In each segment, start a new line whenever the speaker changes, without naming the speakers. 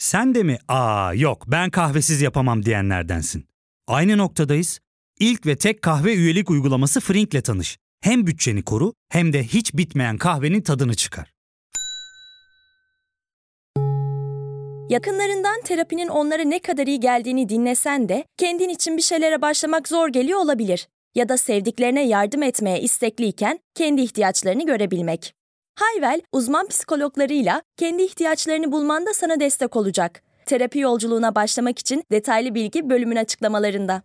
Sen de mi yok ben kahvesiz yapamam diyenlerdensin? Aynı noktadayız. İlk ve tek kahve üyelik uygulaması Frink'le tanış. Hem bütçeni koru hem de hiç bitmeyen kahvenin tadını çıkar.
Yakınlarından terapinin onlara ne kadar iyi geldiğini dinlesen de kendin için bir şeylere başlamak zor geliyor olabilir. Ya da sevdiklerine yardım etmeye istekliyken kendi ihtiyaçlarını görebilmek. Hayvel, uzman psikologlarıyla kendi ihtiyaçlarını bulmanda sana destek olacak. Terapi yolculuğuna başlamak için detaylı bilgi bölümün açıklamalarında.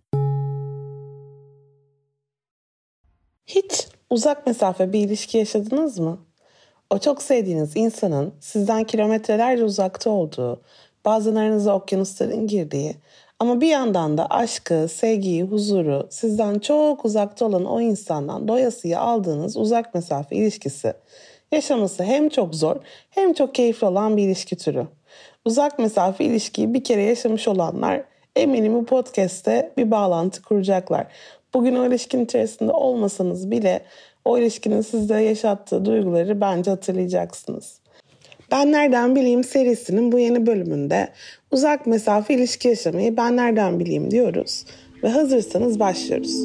Hiç uzak mesafe bir ilişki yaşadınız mı? O çok sevdiğiniz insanın sizden kilometrelerce uzakta olduğu, bazen aranıza okyanusların girdiği ama bir yandan da aşkı, sevgiyi, huzuru sizden çok uzakta olan o insandan doyasıya aldığınız uzak mesafe ilişkisi. Yaşaması hem çok zor hem çok keyifli olan bir ilişki türü. Uzak mesafe ilişkiyi bir kere yaşamış olanlar eminim bu podcast'te bir bağlantı kuracaklar. Bugün o ilişkinin içerisinde olmasanız bile o ilişkinin sizde yaşattığı duyguları bence hatırlayacaksınız. Ben Nereden Bileyim serisinin bu yeni bölümünde uzak mesafe ilişki yaşamayı ben nereden bileyim diyoruz ve hazırsanız başlıyoruz.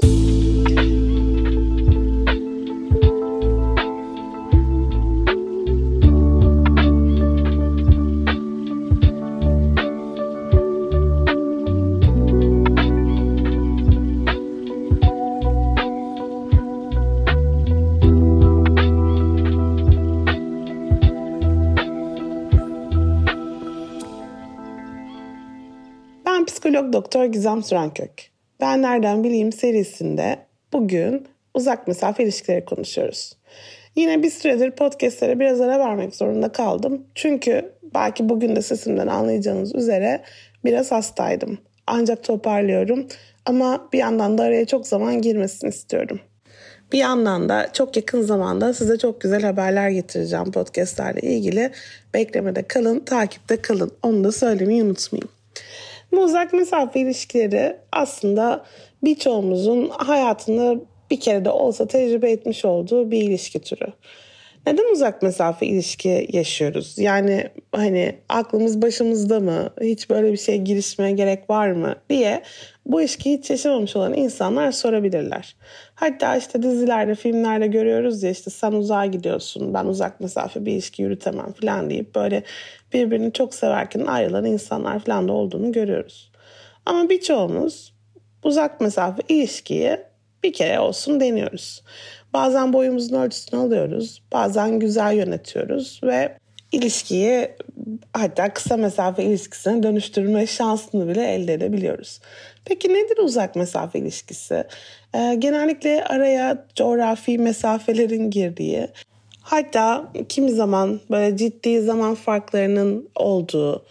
Psikolog Doktor Gizem Sürenkök. Ben Nereden Bileyim serisinde bugün uzak mesafe ilişkileri konuşuyoruz. Yine bir süredir podcastlere biraz ara vermek zorunda kaldım. Çünkü belki bugün de sesimden anlayacağınız üzere biraz hastaydım. Ancak toparlıyorum ama bir yandan da araya çok zaman girmesini istiyorum. Bir yandan da çok yakın zamanda size çok güzel haberler getireceğim podcastlerle ilgili. Beklemede kalın, takipte kalın. Onu da söylemeyi unutmayayım. Bu uzak mesafe ilişkileri aslında birçoğumuzun hayatında bir kere de olsa tecrübe etmiş olduğu bir ilişki türü. Neden uzak mesafe ilişki yaşıyoruz? Yani aklımız başımızda mı? Hiç böyle bir şeye girişmeye gerek var mı diye bu ilişkiyi hiç yaşamamış olan insanlar sorabilirler. Hatta dizilerde, filmlerde görüyoruz ya sen uzağa gidiyorsun, ben uzak mesafe bir ilişki yürütemem falan deyip böyle birbirini çok severken ayrılan insanlar falan da olduğunu görüyoruz. Ama birçoğumuz uzak mesafe ilişkiyi bir kere olsun deniyoruz. Bazen boyumuzun ölçüsünü alıyoruz, bazen güzel yönetiyoruz ve ilişkiyi hatta kısa mesafe ilişkisine dönüştürme şansını bile elde edebiliyoruz. Peki nedir uzak mesafe ilişkisi? Genellikle araya coğrafi mesafelerin girdiği, hatta kimi zaman böyle ciddi zaman farklarının olduğu,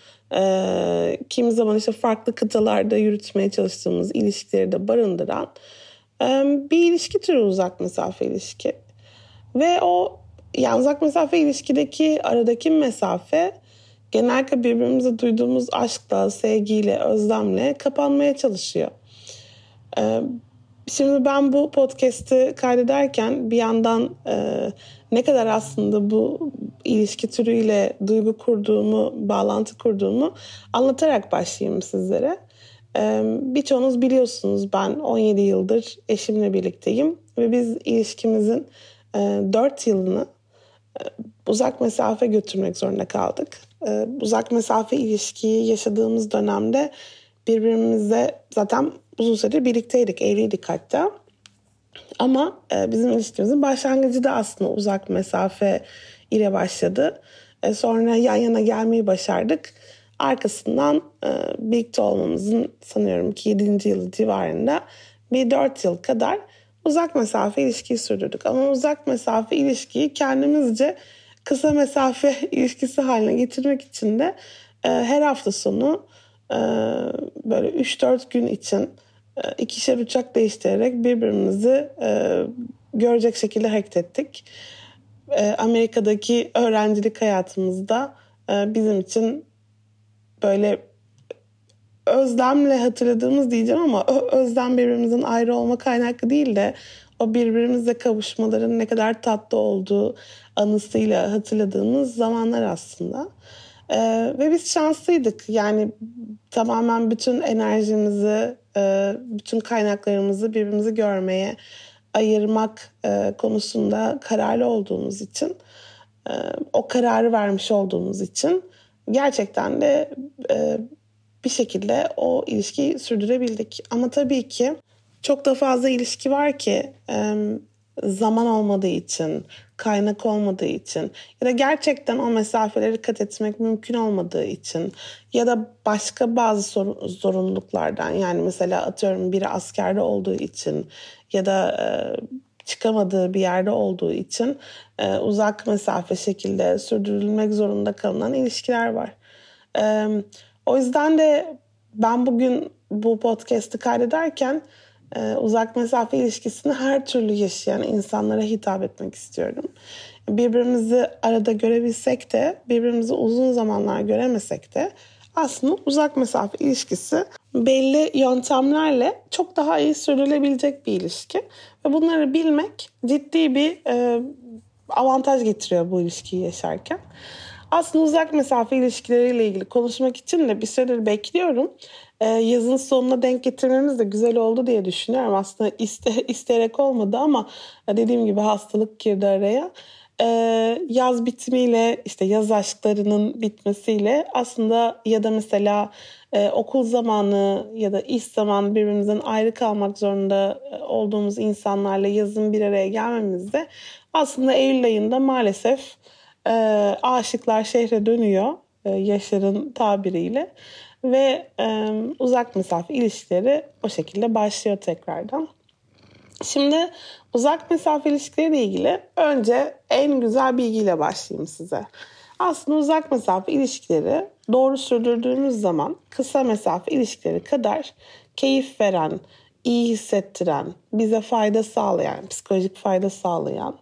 kimi zaman farklı kıtalarda yürütmeye çalıştığımız ilişkileri de barındıran bir ilişki türü uzak mesafe ilişki. Ve uzak mesafe ilişkideki aradaki mesafe genellikle birbirimize duyduğumuz aşkla, sevgiyle, özlemle kapanmaya çalışıyor. Şimdi ben bu podcast'i kaydederken bir yandan ne kadar aslında bu ilişki türüyle duygu kurduğumu, bağlantı kurduğumu anlatarak başlayayım sizlere. Birçoğunuz biliyorsunuz ben 17 yıldır eşimle birlikteyim ve biz ilişkimizin 4 yılını uzak mesafe götürmek zorunda kaldık. Uzak mesafe ilişkiyi yaşadığımız dönemde birbirimizle zaten uzun süredir birlikteydik, evliydik hatta. Ama bizim ilişkimizin başlangıcı da aslında uzak mesafe ile başladı. Sonra yan yana gelmeyi başardık. Arkasından birlikte olmamızın sanıyorum ki 7. yılı civarında bir 4 yıl kadar uzak mesafe ilişkiyi sürdürdük. Ama uzak mesafe ilişkiyi kendimizce kısa mesafe ilişkisi haline getirmek için de her hafta sonu böyle 3-4 gün için ikişer uçak değiştirerek birbirimizi görecek şekilde hareket ettik. Amerika'daki öğrencilik hayatımızda bizim için böyle özlemle hatırladığımız diyeceğim ama özlem birbirimizin ayrı olma kaynaklı değil de o birbirimizle kavuşmaların ne kadar tatlı olduğu anısıyla hatırladığımız zamanlar aslında. Ve biz şanslıydık. Yani tamamen bütün enerjimizi, bütün kaynaklarımızı birbirimizi görmeye ayırmak konusunda kararlı olduğumuz için, o kararı vermiş olduğumuz için gerçekten de bir şekilde o ilişkiyi sürdürebildik. Ama tabii ki çok da fazla ilişki var ki zaman olmadığı için, kaynak olmadığı için ya da gerçekten o mesafeleri kat etmek mümkün olmadığı için ya da başka bazı zorunluluklardan, yani mesela atıyorum biri askerde olduğu için ya da çıkamadığı bir yerde olduğu için uzak mesafe şekilde sürdürülmek zorunda kalınan ilişkiler var. O yüzden de ben bugün bu podcast'ı kaydederken uzak mesafe ilişkisini her türlü yaşayan insanlara hitap etmek istiyorum. Birbirimizi arada görebilsek de, birbirimizi uzun zamanlar göremesek de aslında uzak mesafe ilişkisi belli yöntemlerle çok daha iyi sürdürülebilecek bir ilişki. Ve bunları bilmek ciddi bir avantaj getiriyor bu ilişkiyi yaşarken. Aslında uzak mesafe ilişkileriyle ilgili konuşmak için de bir süredir bekliyorum. Yazın sonuna denk getirmemiz de güzel oldu diye düşünüyorum. Aslında isteyerek olmadı ama dediğim gibi hastalık girdi araya. Yaz bitimiyle, işte yaz aşklarının bitmesiyle aslında ya da mesela okul zamanı ya da iş zamanı birbirimizden ayrı kalmak zorunda olduğumuz insanlarla yazın bir araya gelmemizde aslında Eylül ayında maalesef aşıklar şehre dönüyor, Yaşar'ın tabiriyle ve uzak mesafe ilişkileri o şekilde başlıyor tekrardan. Şimdi uzak mesafe ilişkileriyle ilgili önce en güzel bilgiyle başlayayım size. Aslında uzak mesafe ilişkileri doğru sürdürdüğümüz zaman kısa mesafe ilişkileri kadar keyif veren, iyi hissettiren, bize fayda sağlayan, psikolojik fayda sağlayan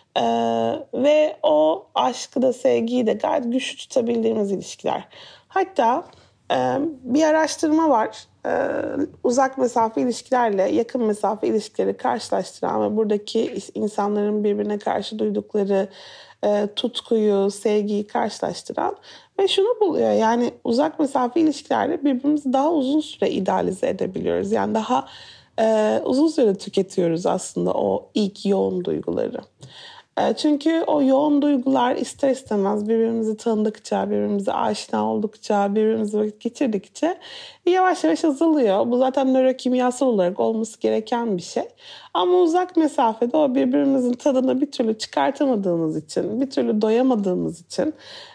ve o aşkı da sevgiyi de gayet güçlü tutabildiğimiz ilişkiler. Hatta bir araştırma var. Uzak mesafe ilişkilerle yakın mesafe ilişkileri karşılaştıran ve buradaki insanların birbirine karşı duydukları tutkuyu, sevgiyi karşılaştıran ve şunu buluyor. Yani uzak mesafe ilişkilerde birbirimizi daha uzun süre idealize edebiliyoruz. Yani daha uzun süre tüketiyoruz aslında o ilk yoğun duyguları. Çünkü o yoğun duygular ister istemez birbirimizi tanıdıkça, birbirimize aşina oldukça, birbirimize vakit geçirdikçe yavaş yavaş azalıyor. Bu zaten nörokimyasal olarak olması gereken bir şey. Ama uzak mesafede o birbirimizin tadını bir türlü çıkartamadığımız için, bir türlü doyamadığımız için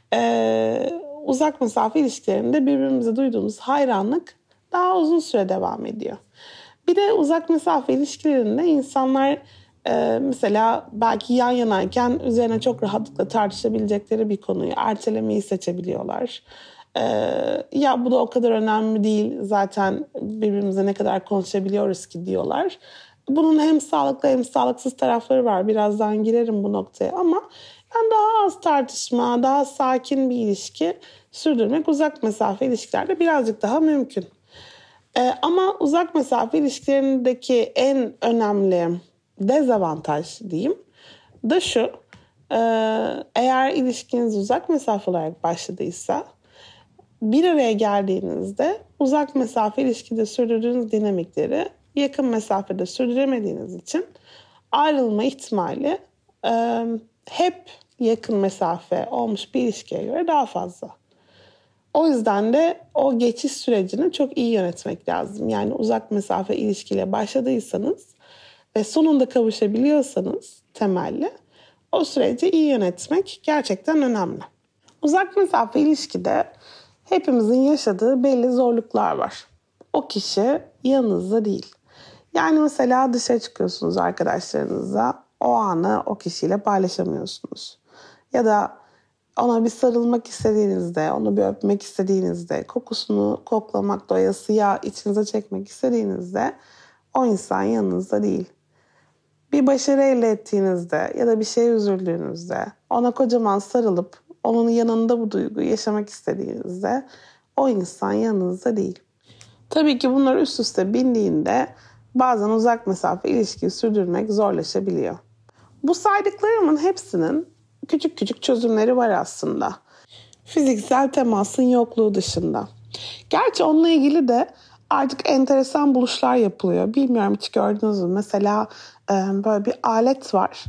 uzak mesafe ilişkilerinde birbirimize duyduğumuz hayranlık daha uzun süre devam ediyor. Bir de uzak mesafe ilişkilerinde insanlar mesela belki yan yanayken üzerine çok rahatlıkla tartışabilecekleri bir konuyu ertelemeyi seçebiliyorlar. Ya bu da o kadar önemli değil, zaten birbirimize ne kadar konuşabiliyoruz ki diyorlar. Bunun hem sağlıklı hem sağlıksız tarafları var. Birazdan girerim bu noktaya ama yani daha az tartışma, daha sakin bir ilişki sürdürmek uzak mesafe ilişkilerde birazcık daha mümkün. Ama uzak mesafe ilişkilerindeki en önemli dezavantaj diyeyim da şu: eğer ilişkiniz uzak mesafe olarak başladıysa bir araya geldiğinizde uzak mesafe ilişkide sürdürdüğünüz dinamikleri yakın mesafede sürdüremediğiniz için ayrılma ihtimali hep yakın mesafe olmuş bir ilişkiye göre daha fazla. O yüzden de o geçiş sürecini çok iyi yönetmek lazım. Yani uzak mesafe ilişkiyle başladıysanız ve sonunda kavuşabiliyorsanız temelli, o süreci iyi yönetmek gerçekten önemli. Uzak mesafe ilişkide hepimizin yaşadığı belli zorluklar var. O kişi yanınızda değil. Yani mesela dışarı çıkıyorsunuz arkadaşlarınızla, o anı o kişiyle paylaşamıyorsunuz. Ya da ona bir sarılmak istediğinizde, onu bir öpmek istediğinizde, kokusunu koklamak doyasıya içinize çekmek istediğinizde o insan yanınızda değil. Bir başarı elde ettiğinizde ya da bir şeye üzüldüğünüzde ona kocaman sarılıp onun yanında bu duyguyu yaşamak istediğinizde o insan yanınızda değil. Tabii ki bunlar üst üste bindiğinde bazen uzak mesafe ilişkiyi sürdürmek zorlaşabiliyor. Bu saydıklarımın hepsinin küçük küçük çözümleri var aslında. fiziksel temasın yokluğu dışında. Gerçi onunla ilgili de artık enteresan buluşlar yapılıyor. Bilmiyorum hiç gördünüz mü? Mesela böyle bir alet var.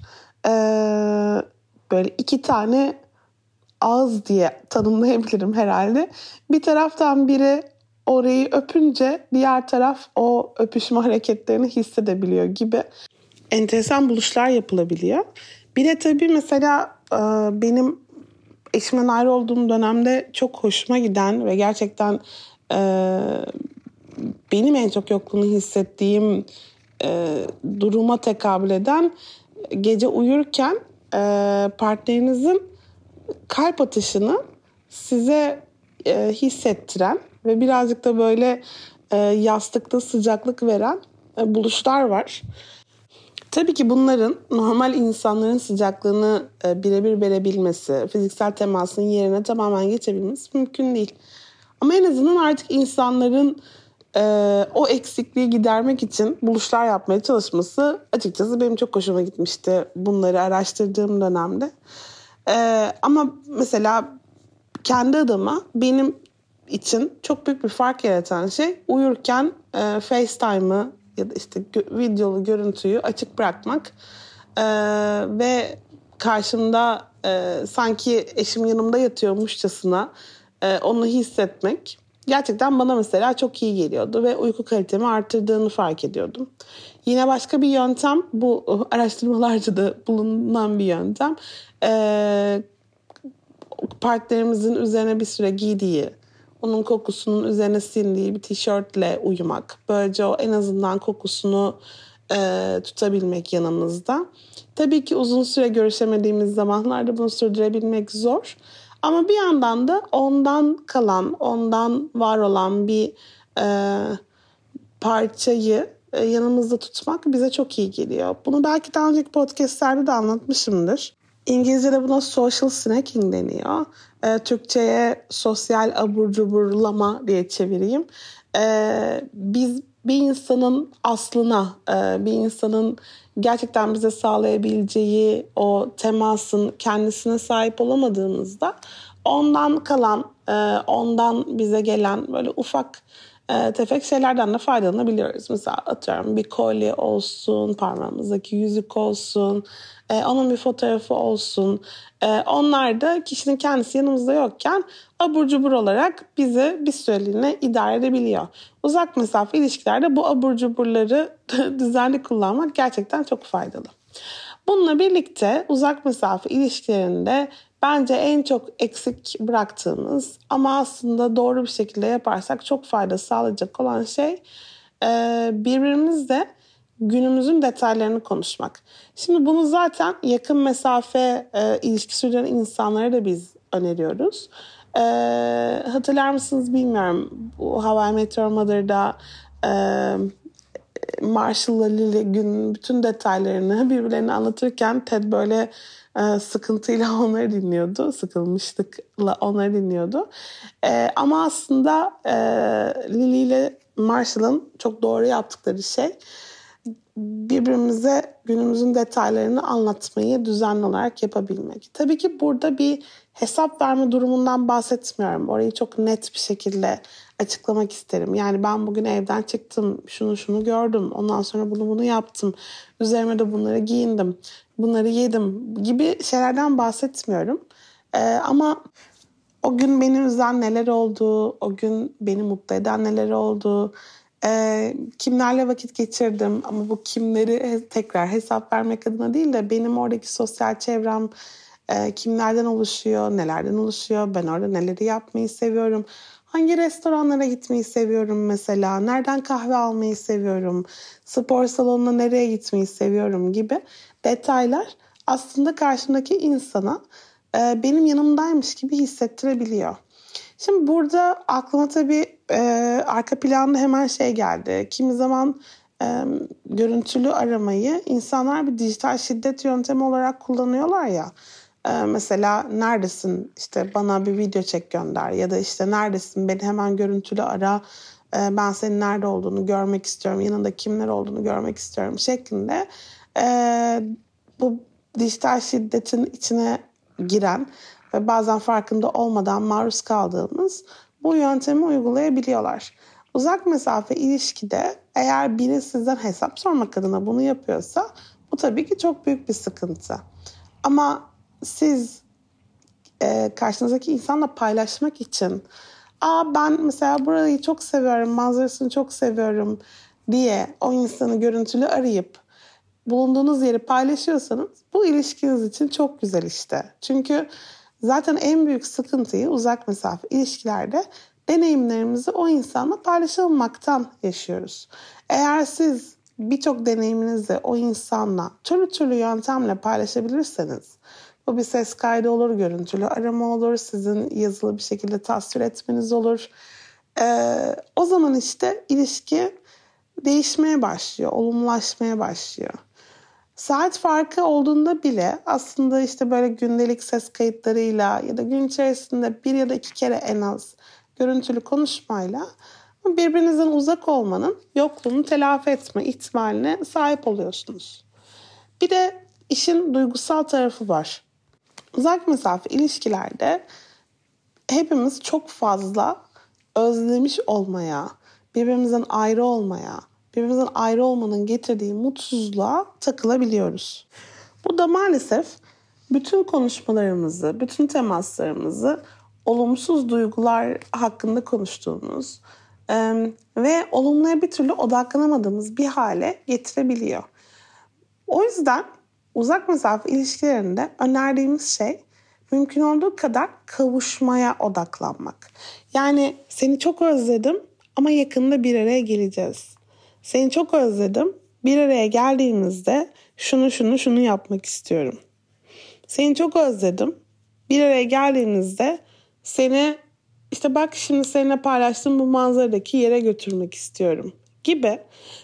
Böyle 2 tane ağız diye tanımlayabilirim herhalde. Bir taraftan biri orayı öpünce diğer taraf o öpüşme hareketlerini hissedebiliyor gibi enteresan buluşlar yapılabiliyor. Bir de tabii mesela benim eşimden ayrı olduğum dönemde çok hoşuma giden ve gerçekten benim en çok yokluğunu hissettiğim duruma tekabül eden, gece uyurken partnerinizin kalp atışını size hissettiren ve birazcık da böyle yastıkta sıcaklık veren buluşlar var. Tabii ki bunların normal insanların sıcaklığını birebir verebilmesi, fiziksel temasın yerine tamamen geçebilmesi mümkün değil. Ama en azından artık insanların o eksikliği gidermek için buluşlar yapmaya çalışması açıkçası benim çok hoşuma gitmişti bunları araştırdığım dönemde. Ama mesela kendi adıma benim için çok büyük bir fark yaratan şey uyurken FaceTime'ı ya da işte videolu görüntüyü açık bırakmak ve karşımda sanki eşim yanımda yatıyormuşçasına onu hissetmek gerçekten bana mesela çok iyi geliyordu ve uyku kalitemi arttırdığını fark ediyordum. Yine başka bir yöntem, bu araştırmalarca da bulunan bir yöntem. Partnerimizin üzerine bir süre giydiği, onun kokusunun üzerine sindiği bir tişörtle uyumak. Böylece o en azından kokusunu tutabilmek yanımızda. Tabii ki uzun süre görüşemediğimiz zamanlarda bunu sürdürebilmek zor. Ama bir yandan da ondan kalan, ondan var olan bir parçayı yanımızda tutmak bize çok iyi geliyor. Bunu belki daha önceki podcastlerde de anlatmışımdır. İngilizce'de buna social snacking deniyor. Türkçe'ye sosyal abur cuburlama diye çevireyim. Biz bir insanın aslına, bir insanın gerçekten bize sağlayabileceği o temasın kendisine sahip olamadığımızda ondan kalan, ondan bize gelen böyle ufak tefek şeylerden de faydalanabiliyoruz. Mesela atıyorum bir kolye olsun, parmağımızdaki yüzük olsun, onun bir fotoğrafı olsun. Onlar da kişinin kendisi yanımızda yokken abur cubur olarak bizi bir süreliğine idare edebiliyor. Uzak mesafe ilişkilerde bu abur cuburları düzenli kullanmak gerçekten çok faydalı. Bununla birlikte uzak mesafe ilişkilerinde bence en çok eksik bıraktığımız ama aslında doğru bir şekilde yaparsak çok fayda sağlayacak olan şey birbirimizle günümüzün detaylarını konuşmak. Şimdi bunu zaten yakın mesafe ilişki süren insanlara da biz öneriyoruz. Hatırlar mısınız bilmiyorum. Bu How I Met Your Mother'da Marshall'la Lily günün bütün detaylarını birbirlerine anlatırken Ted böyle sıkıntıyla onları dinliyordu. Sıkılmışlıkla onları dinliyordu. Ama aslında Lily ile Marshall'ın çok doğru yaptıkları şey birbirimize günümüzün detaylarını anlatmayı düzenli olarak yapabilmek. Tabii ki burada bir hesap verme durumundan bahsetmiyorum. Orayı çok net bir şekilde açıklamak isterim. Yani ben bugün evden çıktım, şunu gördüm, ondan sonra bunu yaptım, üzerime de bunları giyindim, bunları yedim gibi şeylerden bahsetmiyorum. Ama o gün beni üzen neler oldu, o gün beni mutlu eden neler oldu, kimlerle vakit geçirdim ama bu kimleri tekrar hesap vermek adına değil de benim oradaki sosyal çevrem kimlerden oluşuyor, nelerden oluşuyor, ben orada neleri yapmayı seviyorum, hangi restoranlara gitmeyi seviyorum mesela, nereden kahve almayı seviyorum, spor salonuna nereye gitmeyi seviyorum gibi detaylar aslında karşımdaki insana benim yanımdaymış gibi hissettirebiliyor. Şimdi burada aklıma tabii arka planda hemen şey geldi. Kimi zaman görüntülü aramayı insanlar bir dijital şiddet yöntemi olarak kullanıyorlar ya. Mesela neredesin, işte bana bir video çek gönder ya da işte neredesin, beni hemen görüntülü ara, ben senin nerede olduğunu görmek istiyorum, yanında kimler olduğunu görmek istiyorum şeklinde bu dijital şiddetin içine giren ve bazen farkında olmadan maruz kaldığımız bu yöntemi uygulayabiliyorlar. Uzak mesafe ilişkide eğer biri sizden hesap sormak adına bunu yapıyorsa bu tabii ki çok büyük bir sıkıntı. Ama siz karşınızdaki insanla paylaşmak için ben mesela burayı çok seviyorum, manzarasını çok seviyorum diye o insanı görüntülü arayıp bulunduğunuz yeri paylaşıyorsanız bu ilişkiniz için çok güzel işte. Çünkü zaten en büyük sıkıntıyı uzak mesafe ilişkilerde deneyimlerimizi o insanla paylaşılmaktan yaşıyoruz. Eğer siz birçok deneyiminizi o insanla türlü yöntemle paylaşabilirseniz, bu bir ses kaydı olur, görüntülü arama olur, sizin yazılı bir şekilde tasvir etmeniz olur. O zaman işte ilişki değişmeye başlıyor, olumlulaşmaya başlıyor. Saat farkı olduğunda bile aslında işte böyle gündelik ses kayıtlarıyla ya da gün içerisinde 1 ya da 2 kere en az görüntülü konuşmayla birbirinizden uzak olmanın yokluğunu telafi etme ihtimaline sahip oluyorsunuz. Bir de işin duygusal tarafı var. Uzak mesafe ilişkilerde hepimiz çok fazla özlemiş olmaya, birbirimizden ayrı olmaya, birbirimizden ayrı olmanın getirdiği mutsuzluğa takılabiliyoruz. Bu da maalesef bütün konuşmalarımızı, bütün temaslarımızı olumsuz duygular hakkında konuştuğumuz ve olumluya bir türlü odaklanamadığımız bir hale getirebiliyor. O yüzden uzak mesafe ilişkilerinde önerdiğimiz şey mümkün olduğu kadar kavuşmaya odaklanmak. Yani seni çok özledim ama yakında bir araya geleceğiz. Seni çok özledim. Bir araya geldiğimizde şunu yapmak istiyorum. Seni çok özledim. Bir araya geldiğimizde seni işte bak şimdi seninle paylaştığım bu manzaradaki yere götürmek istiyorum gibi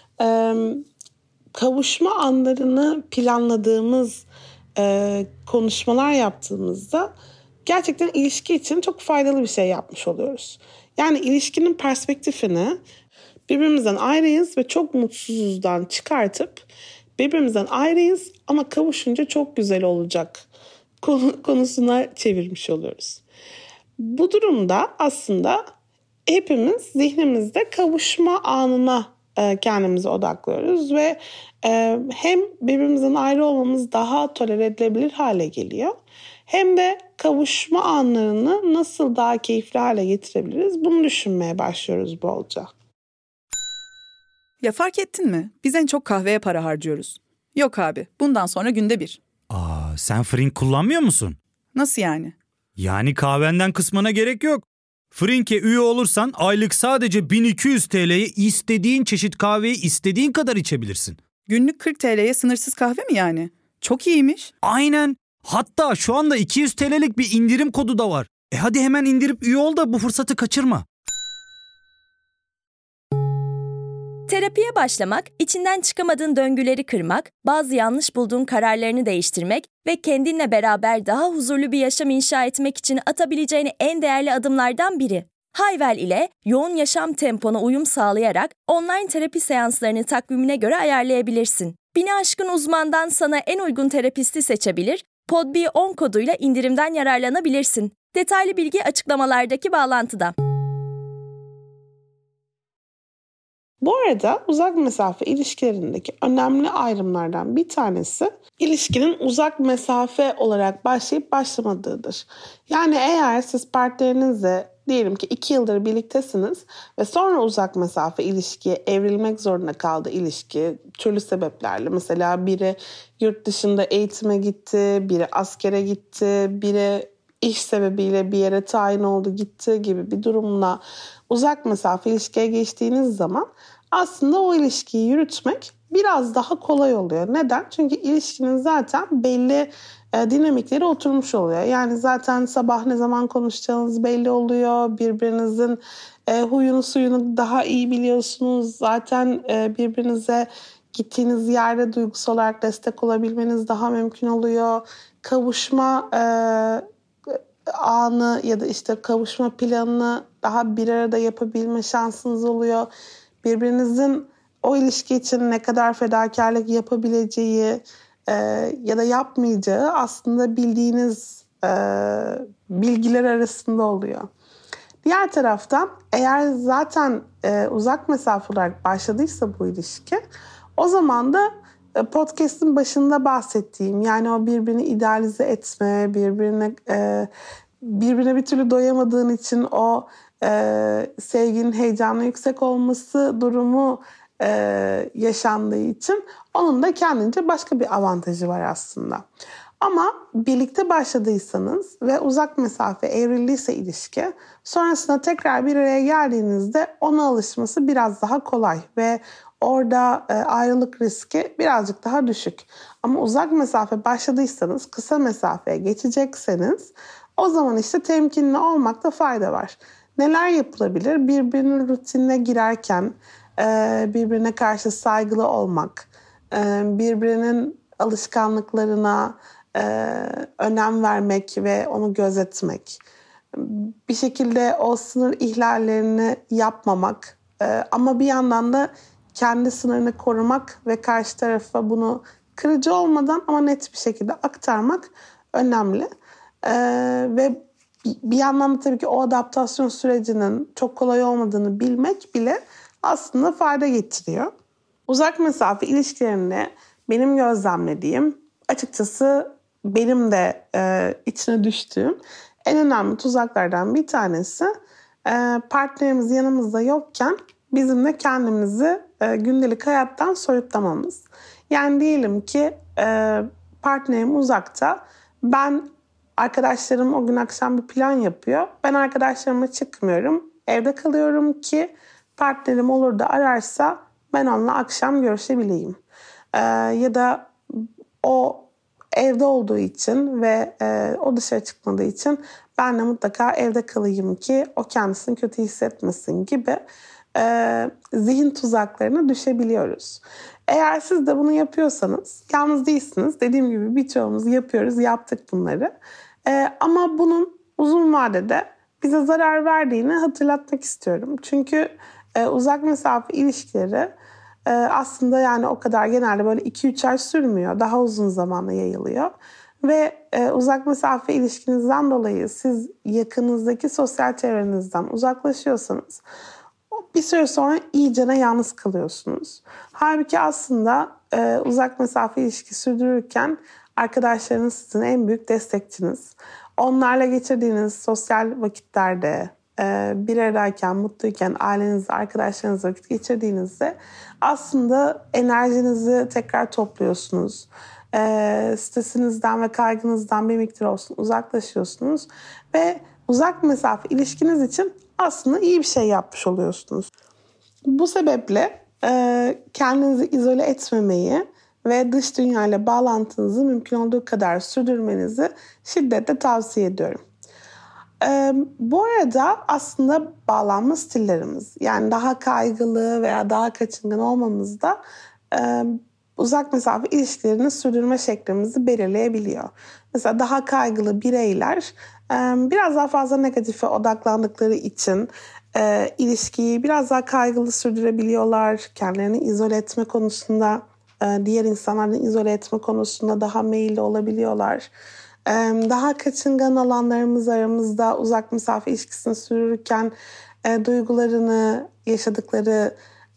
kavuşma anlarını planladığımız konuşmalar yaptığımızda gerçekten ilişki için çok faydalı bir şey yapmış oluyoruz. Yani ilişkinin perspektifini birbirimizden ayrıyız ve çok mutsuzuzdan çıkartıp birbirimizden ayrıyız ama kavuşunca çok güzel olacak konusuna çevirmiş oluyoruz. Bu durumda aslında hepimiz zihnimizde kavuşma anına kendimize odaklıyoruz ve hem birbirimizden ayrı olmamız daha tolere edilebilir hale geliyor, hem de kavuşma anlarını nasıl daha keyifli hale getirebiliriz bunu düşünmeye başlıyoruz bolca.
Ya fark ettin mi? Biz en çok kahveye para harcıyoruz. Yok abi, bundan sonra günde 1.
Sen Frink kullanmıyor musun?
Nasıl yani?
Yani kahvenden kısmına gerek yok. Frink'e üye olursan aylık sadece 1200 TL'ye istediğin çeşit kahveyi istediğin kadar içebilirsin.
Günlük 40 TL'ye sınırsız kahve mi yani? Çok iyiymiş.
Aynen. Hatta şu anda 200 TL'lik bir indirim kodu da var. Hadi hemen indirip üye ol da bu fırsatı kaçırma.
Terapiye başlamak, içinden çıkamadığın döngüleri kırmak, bazı yanlış bulduğun kararlarını değiştirmek ve kendinle beraber daha huzurlu bir yaşam inşa etmek için atabileceğin en değerli adımlardan biri. Hayvel ile yoğun yaşam tempona uyum sağlayarak online terapi seanslarını takvimine göre ayarlayabilirsin. 1000'i aşkın uzmandan sana en uygun terapisti seçebilir, PodB10 koduyla indirimden yararlanabilirsin. Detaylı bilgi açıklamalardaki bağlantıda.
Bu arada uzak mesafe ilişkilerindeki önemli ayrımlardan bir tanesi ilişkinin uzak mesafe olarak başlayıp başlamadığıdır. Yani eğer siz partnerinizle diyelim ki 2 yıldır birliktesiniz ve sonra uzak mesafe ilişkiye evrilmek zorunda kaldı ilişki türlü sebeplerle. Mesela biri yurt dışında eğitime gitti, biri askere gitti, biri iş sebebiyle bir yere tayin oldu gitti gibi bir durumla uzak mesafe ilişkiye geçtiğiniz zaman aslında o ilişkiyi yürütmek biraz daha kolay oluyor. Neden? Çünkü ilişkinin zaten belli dinamikleri oturmuş oluyor. Yani zaten sabah ne zaman konuşacağınız belli oluyor. Birbirinizin huyunu suyunu daha iyi biliyorsunuz. Zaten birbirinize gittiğiniz yerde duygusal olarak destek olabilmeniz daha mümkün oluyor. Kavuşma anı ya da işte kavuşma planını daha bir arada yapabilme şansınız oluyor. Birbirinizin o ilişki için ne kadar fedakarlık yapabileceği ya da yapmayacağı aslında bildiğiniz bilgiler arasında oluyor. Diğer taraftan eğer zaten uzak mesafe olarak başladıysa bu ilişki, o zaman da podcast'ın başında bahsettiğim, yani o birbirini idealize etme, birbirine bir türlü doyamadığın için o sevginin heyecanı yüksek olması durumu yaşandığı için onun da kendince başka bir avantajı var aslında. Ama birlikte başladıysanız ve uzak mesafe evrildiyse ilişki, sonrasında tekrar bir araya geldiğinizde ona alışması biraz daha kolay ve orada ayrılık riski birazcık daha düşük. Ama uzak mesafe başladıysanız, kısa mesafeye geçecekseniz, o zaman işte temkinli olmakta fayda var. Neler yapılabilir? Birbirinin rutinine girerken birbirine karşı saygılı olmak, birbirinin alışkanlıklarına önem vermek ve onu gözetmek, bir şekilde o sınır ihlallerini yapmamak ama bir yandan da kendi sınırını korumak ve karşı tarafa bunu kırıcı olmadan ama net bir şekilde aktarmak önemli. Ve bir yandan da tabii ki o adaptasyon sürecinin çok kolay olmadığını bilmek bile aslında fayda getiriyor. Uzak mesafe ilişkilerinde benim gözlemlediğim, açıkçası benim de içine düştüğüm en önemli tuzaklardan bir tanesi, partnerimiz yanımızda yokken bizim de kendimizi gündelik hayattan soyutlamamız. Yani diyelim ki partnerim uzakta, arkadaşlarım o gün akşam bir plan yapıyor. Ben arkadaşlarıma çıkmıyorum, evde kalıyorum ki partnerim olur da ararsa ben onunla akşam görüşebileyim. Ya da o evde olduğu için ve o dışarı çıkmadığı için ben de mutlaka evde kalayım ki o kendisini kötü hissetmesin gibi zihin tuzaklarına düşebiliyoruz. Eğer siz de bunu yapıyorsanız yalnız değilsiniz. Dediğim gibi birçoğumuz yapıyoruz, yaptık bunları. Ama bunun uzun vadede bize zarar verdiğini hatırlatmak istiyorum. Çünkü uzak mesafe ilişkileri aslında yani o kadar, genelde böyle 2-3 ay sürmüyor. Daha uzun zamana yayılıyor. Ve uzak mesafe ilişkinizden dolayı siz yakınızdaki sosyal çevrenizden uzaklaşıyorsanız bir süre sonra iyicene yalnız kalıyorsunuz. Halbuki aslında uzak mesafe ilişki sürdürürken arkadaşlarınız sizin en büyük destekçiniz. Onlarla geçirdiğiniz sosyal vakitlerde, bir aradayken, mutluyken, ailenizle, arkadaşlarınızla vakit geçirdiğinizde aslında enerjinizi tekrar topluyorsunuz. Stresinizden ve kaygınızdan bir miktar olsun uzaklaşıyorsunuz. Ve uzak mesafe ilişkiniz için aslında iyi bir şey yapmış oluyorsunuz. Bu sebeple kendinizi izole etmemeyi ve dış dünyayla bağlantınızı mümkün olduğu kadar sürdürmenizi şiddetle tavsiye ediyorum. Bu arada aslında bağlanma stillerimiz, yani daha kaygılı veya daha kaçıngan olmamızda uzak mesafe ilişkilerini sürdürme şeklimizi belirleyebiliyor. Mesela daha kaygılı bireyler biraz daha fazla negatife odaklandıkları için ilişkiyi biraz daha kaygılı sürdürebiliyorlar. Kendilerini izole etme konusunda, diğer insanlardan izole etme konusunda daha meyilli olabiliyorlar. Daha kaçıngan alanlarımız aramızda uzak mesafe ilişkisini sürdürürken duygularını, yaşadıkları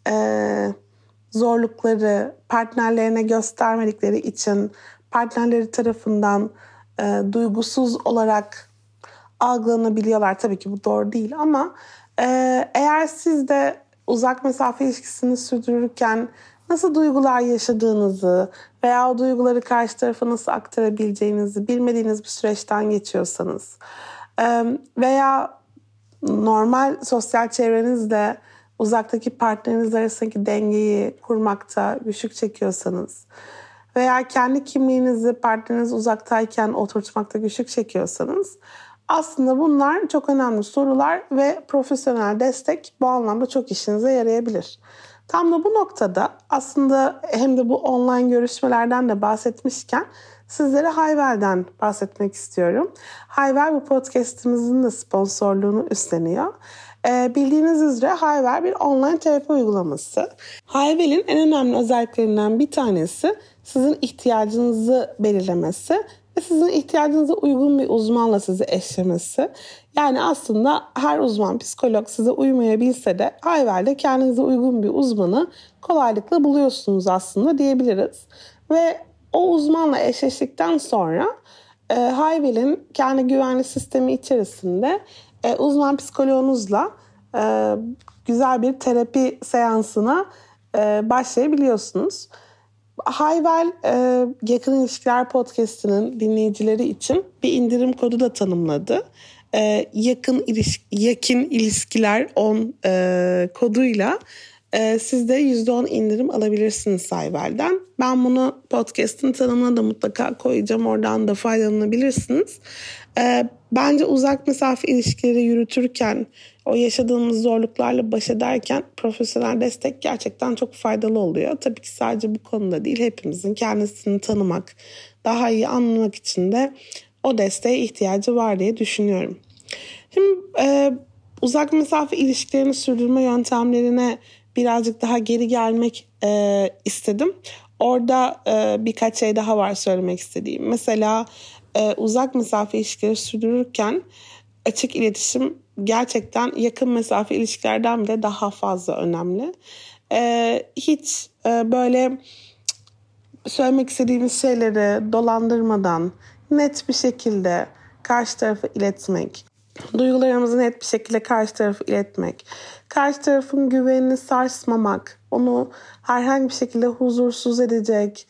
zorlukları partnerlerine göstermedikleri için partnerleri tarafından duygusuz olarak algılanabiliyorlar. Tabii ki bu doğru değil ama eğer siz de uzak mesafe ilişkisini sürdürürken nasıl duygular yaşadığınızı veya o duyguları karşı tarafa nasıl aktarabileceğinizi bilmediğiniz bir süreçten geçiyorsanız veya normal sosyal çevrenizle uzaktaki partneriniz arasındaki dengeyi kurmakta güçlük çekiyorsanız veya kendi kimliğinizi partneriniz uzaktayken oturtmakta güçlük çekiyorsanız aslında bunlar çok önemli sorular ve profesyonel destek bu anlamda çok işinize yarayabilir. Tam da bu noktada aslında hem de bu online görüşmelerden de bahsetmişken sizlere Hayvel'den bahsetmek istiyorum. Hayvel bu podcast'imizin de sponsorluğunu üstleniyor. Bildiğiniz üzere Hayvel bir online terapi uygulaması. Hayvel'in en önemli özelliklerinden bir tanesi sizin ihtiyacınızı belirlemesi ve sizin ihtiyacınıza uygun bir uzmanla sizi eşlemesi. Yani aslında her uzman, psikolog size uymayabilse de Hayvel'de kendinize uygun bir uzmanı kolaylıkla buluyorsunuz aslında diyebiliriz. Ve o uzmanla eşleştikten sonra Hayvel'in kendi güvenli sistemi içerisinde uzman psikoloğunuzla güzel bir terapi seansına başlayabiliyorsunuz. Hayvel Yakın İlişkiler Podcast'ının dinleyicileri için bir indirim kodu da tanımladı. Yakın İlişkiler 10 koduyla siz de %10 indirim alabilirsiniz Hayvel'den. Ben bunu podcast'ın tanımına da mutlaka koyacağım. Oradan da faydalanabilirsiniz. Bence uzak mesafe ilişkileri yürütürken, o yaşadığımız zorluklarla baş ederken profesyonel destek gerçekten çok faydalı oluyor. Tabii ki sadece bu konuda değil, hepimizin kendisini tanımak, daha iyi anlamak için de o desteğe ihtiyacı var diye düşünüyorum. Şimdi uzak mesafe ilişkilerini sürdürme yöntemlerine birazcık daha geri gelmek istedim. Orada birkaç şey daha var söylemek istediğim. Mesela uzak mesafe ilişkileri sürdürürken açık iletişim gerçekten yakın mesafe ilişkilerden bile daha fazla önemli. Hiç böyle söylemek istediğimiz şeyleri dolandırmadan net bir şekilde karşı tarafa iletmek, duygularımızı net bir şekilde karşı tarafa iletmek, karşı tarafın güvenini sarsmamak, onu herhangi bir şekilde huzursuz edecek,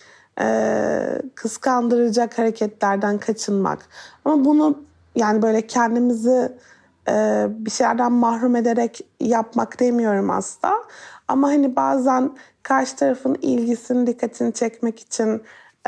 kıskandıracak hareketlerden kaçınmak. Ama bunu yani böyle kendimizi bir şeylerden mahrum ederek yapmak demiyorum asla. Ama hani bazen karşı tarafın ilgisini, dikkatini çekmek için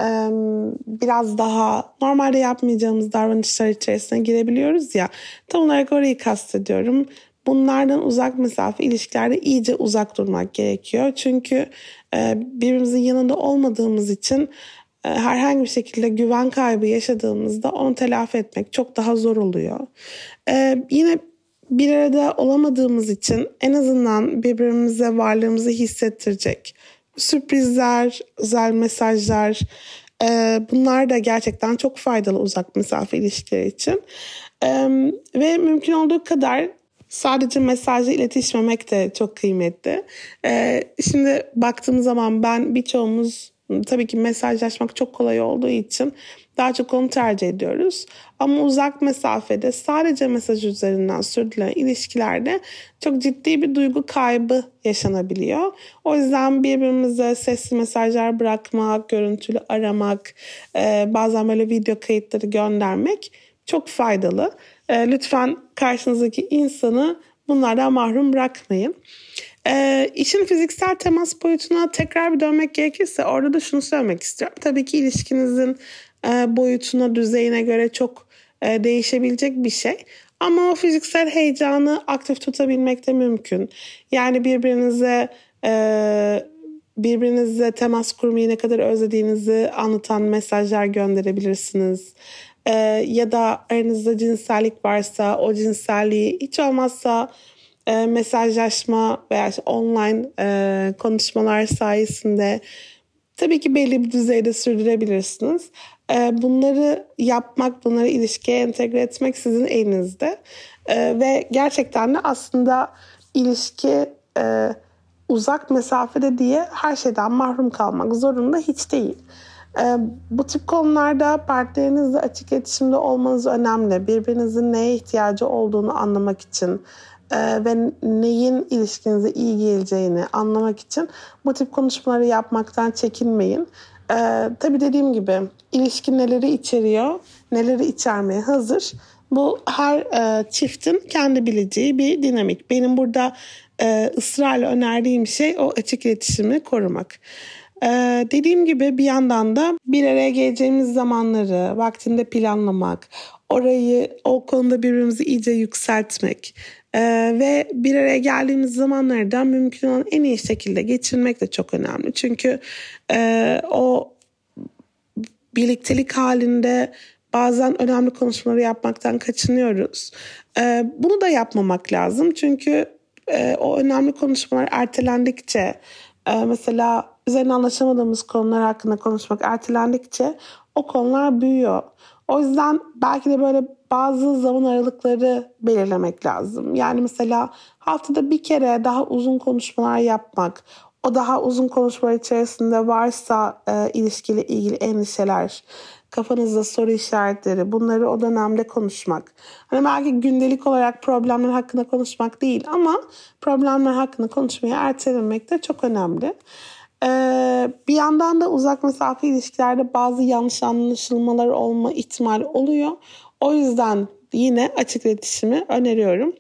biraz daha normalde yapmayacağımız davranışlar içerisine girebiliyoruz ya. Tam olarak orayı kastediyorum. Bunlardan uzak mesafe ilişkilerde iyice uzak durmak gerekiyor. Çünkü birbirimizin yanında olmadığımız için herhangi bir şekilde güven kaybı yaşadığımızda onu telafi etmek çok daha zor oluyor. Yine bir arada olamadığımız için en azından birbirimize varlığımızı hissettirecek sürprizler, özel mesajlar, bunlar da gerçekten çok faydalı uzak mesafe ilişkileri için. Ve mümkün olduğu kadar sadece mesajla iletişmemek de çok kıymetli. Şimdi baktığım zaman birçoğumuz tabii ki mesajlaşmak çok kolay olduğu için daha çok onu tercih ediyoruz. Ama uzak mesafede sadece mesaj üzerinden sürdürülen ilişkilerde çok ciddi bir duygu kaybı yaşanabiliyor. O yüzden birbirimize sesli mesajlar bırakmak, görüntülü aramak, bazen böyle video kayıtları göndermek çok faydalı. Lütfen karşınızdaki insanı bunlardan mahrum bırakmayın. İşin fiziksel temas boyutuna tekrar bir dönmek gerekirse orada da şunu söylemek istiyorum. Tabii ki ilişkinizin boyutuna, düzeyine göre çok değişebilecek bir şey. Ama o fiziksel heyecanı aktif tutabilmek de mümkün. Yani birbirinize temas kurmayı ne kadar özlediğinizi anlatan mesajlar gönderebilirsiniz. Ya da aranızda cinsellik varsa o cinselliği hiç olmazsa mesajlaşma veya online konuşmalar sayesinde tabii ki belli bir düzeyde sürdürebilirsiniz. Bunları yapmak, bunları ilişkiye entegre etmek sizin elinizde. Ve gerçekten de aslında ilişki uzak mesafede diye her şeyden mahrum kalmak zorunda hiç değil. Bu tip konularda partnerinizle açık iletişimde olmanız önemli. Birbirinizin neye ihtiyacı olduğunu anlamak için ve neyin ilişkinize iyi geleceğini anlamak için bu tip konuşmaları yapmaktan çekinmeyin. Tabii dediğim gibi ilişki neleri içeriyor, neleri içermeye hazır. Bu her çiftin kendi bileceği bir dinamik. Benim burada ısrarla önerdiğim şey o açık iletişimi korumak. Dediğim gibi bir yandan da bir araya geleceğimiz zamanları vaktinde planlamak, o konuda birbirimizi iyice yükseltmek ve bir araya geldiğimiz zamanlardan mümkün olan en iyi şekilde geçirmek de çok önemli. Çünkü o birliktelik halinde bazen önemli konuşmaları yapmaktan kaçınıyoruz. Bunu da yapmamak lazım çünkü o önemli konuşmalar ertelendikçe mesela üzerine anlaşamadığımız konular hakkında konuşmak ertelendikçe o konular büyüyor. O yüzden belki de böyle bazı zaman aralıkları belirlemek lazım. Yani mesela haftada bir kere daha uzun konuşmalar yapmak, o daha uzun konuşmalar içerisinde varsa ilişkiyle ilgili endişeler, kafanızda soru işaretleri, bunları o dönemde konuşmak. Hani belki gündelik olarak problemler hakkında konuşmak değil ama problemler hakkında konuşmayı ertelemek de çok önemli. Bir yandan da uzak mesafe ilişkilerde bazı yanlış anlaşılmalar olma ihtimali oluyor. O yüzden yine açık iletişimi öneriyorum.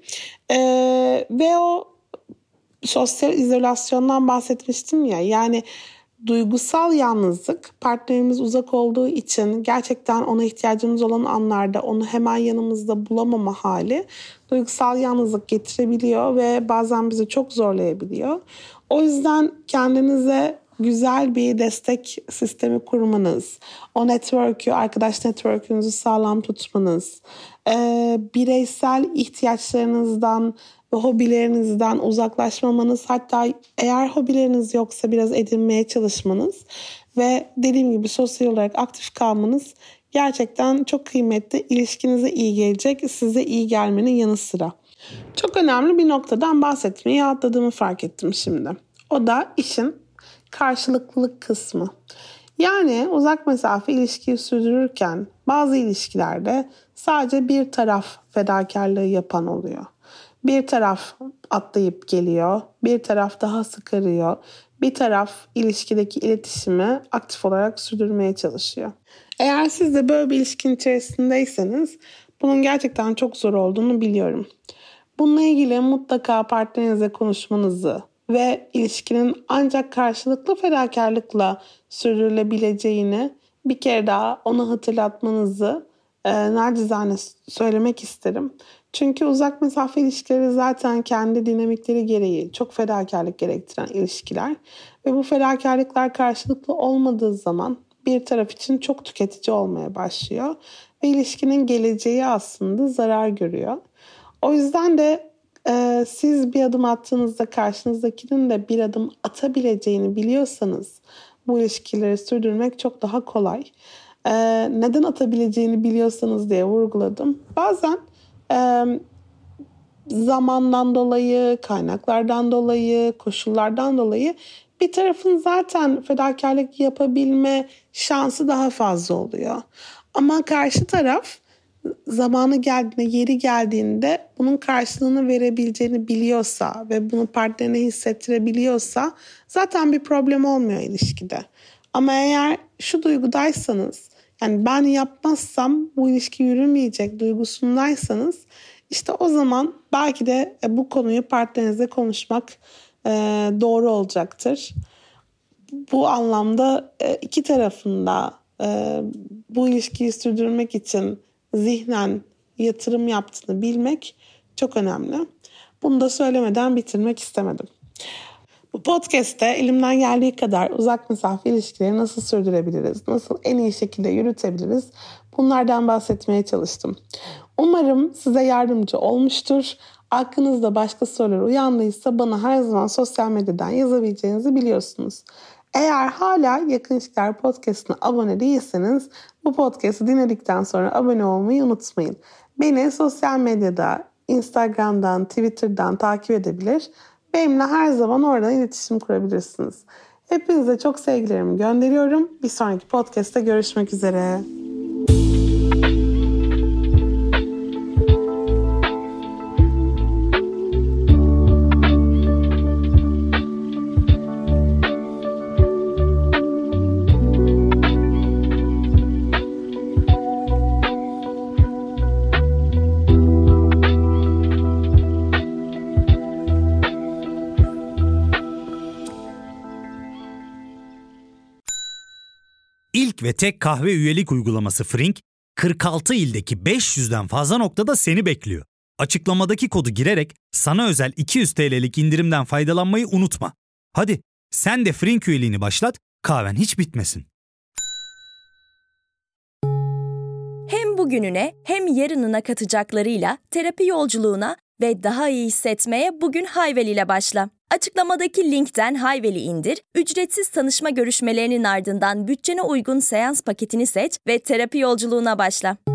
Ve o sosyal izolasyondan bahsetmiştim ya, yani duygusal yalnızlık, partnerimiz uzak olduğu için gerçekten ona ihtiyacımız olan anlarda onu hemen yanımızda bulamama hali duygusal yalnızlık getirebiliyor ve bazen bizi çok zorlayabiliyor. O yüzden kendinize güzel bir destek sistemi kurmanız, o network'ü, arkadaş network'ünüzü sağlam tutmanız, bireysel ihtiyaçlarınızdan ve hobilerinizden uzaklaşmamanız, hatta eğer hobileriniz yoksa biraz edinmeye çalışmanız ve dediğim gibi sosyal olarak aktif kalmanız gerçekten çok kıymetli. İlişkinize iyi gelecek, size iyi gelmenin yanı sıra. Çok önemli bir noktadan bahsetmeyi atladığımı fark ettim şimdi. O da işin karşılıklılık kısmı. Yani uzak mesafe ilişkiyi sürdürürken bazı ilişkilerde sadece bir taraf fedakarlığı yapan oluyor. Bir taraf atlayıp geliyor, bir taraf daha sık arıyor, bir taraf ilişkideki iletişimi aktif olarak sürdürmeye çalışıyor. Eğer siz de böyle bir ilişkinin içerisindeyseniz bunun gerçekten çok zor olduğunu biliyorum. Bununla ilgili mutlaka partnerinizle konuşmanızı ve ilişkinin ancak karşılıklı fedakarlıkla sürdürülebileceğini bir kere daha ona hatırlatmanızı nacizane söylemek isterim. Çünkü uzak mesafe ilişkileri zaten kendi dinamikleri gereği çok fedakarlık gerektiren ilişkiler ve bu fedakarlıklar karşılıklı olmadığı zaman bir taraf için çok tüketici olmaya başlıyor ve ilişkinin geleceği aslında zarar görüyor. O yüzden de siz bir adım attığınızda karşınızdakinin de bir adım atabileceğini biliyorsanız bu ilişkileri sürdürmek çok daha kolay. Neden atabileceğini biliyorsanız diye vurguladım. Bazen zamandan dolayı, kaynaklardan dolayı, koşullardan dolayı bir tarafın zaten fedakarlık yapabilme şansı daha fazla oluyor. Ama karşı taraf zamanı geldiğinde, yeri geldiğinde bunun karşılığını verebileceğini biliyorsa ve bunu partnerine hissettirebiliyorsa zaten bir problem olmuyor ilişkide. Ama eğer şu duygudaysanız, yani ben yapmazsam bu ilişki yürümeyecek duygusundaysanız, işte o zaman belki de bu konuyu partnerinizle konuşmak doğru olacaktır. Bu anlamda iki tarafında bu ilişkiyi sürdürmek için zihnen yatırım yaptığını bilmek çok önemli. Bunu da söylemeden bitirmek istemedim. Bu podcast'te elimden geldiği kadar uzak mesafe ilişkileri nasıl sürdürebiliriz, nasıl en iyi şekilde yürütebiliriz, bunlardan bahsetmeye çalıştım. Umarım size yardımcı olmuştur. Aklınızda başka sorular uyandıysa bana her zaman sosyal medyadan yazabileceğinizi biliyorsunuz. Eğer hala Yakın İlişkiler Podcast'ına abone değilseniz bu podcast'ı dinledikten sonra abone olmayı unutmayın. Beni sosyal medyada, Instagram'dan, Twitter'dan takip edebilir. Benimle her zaman oradan iletişim kurabilirsiniz. Hepinize çok sevgilerimi gönderiyorum. Bir sonraki podcast'ta görüşmek üzere.
İlk ve tek kahve üyelik uygulaması Frink, 46 ildeki 500'den fazla noktada seni bekliyor. Açıklamadaki kodu girerek sana özel 200 TL'lik indirimden faydalanmayı unutma. Hadi sen de Frink üyeliğini başlat, kahven hiç bitmesin.
Hem bugününe hem yarınına katacaklarıyla terapi yolculuğuna ve daha iyi hissetmeye bugün Hayvel ile başla. Açıklamadaki linkten Hayvel'i indir, ücretsiz tanışma görüşmelerinin ardından bütçene uygun seans paketini seç ve terapi yolculuğuna başla.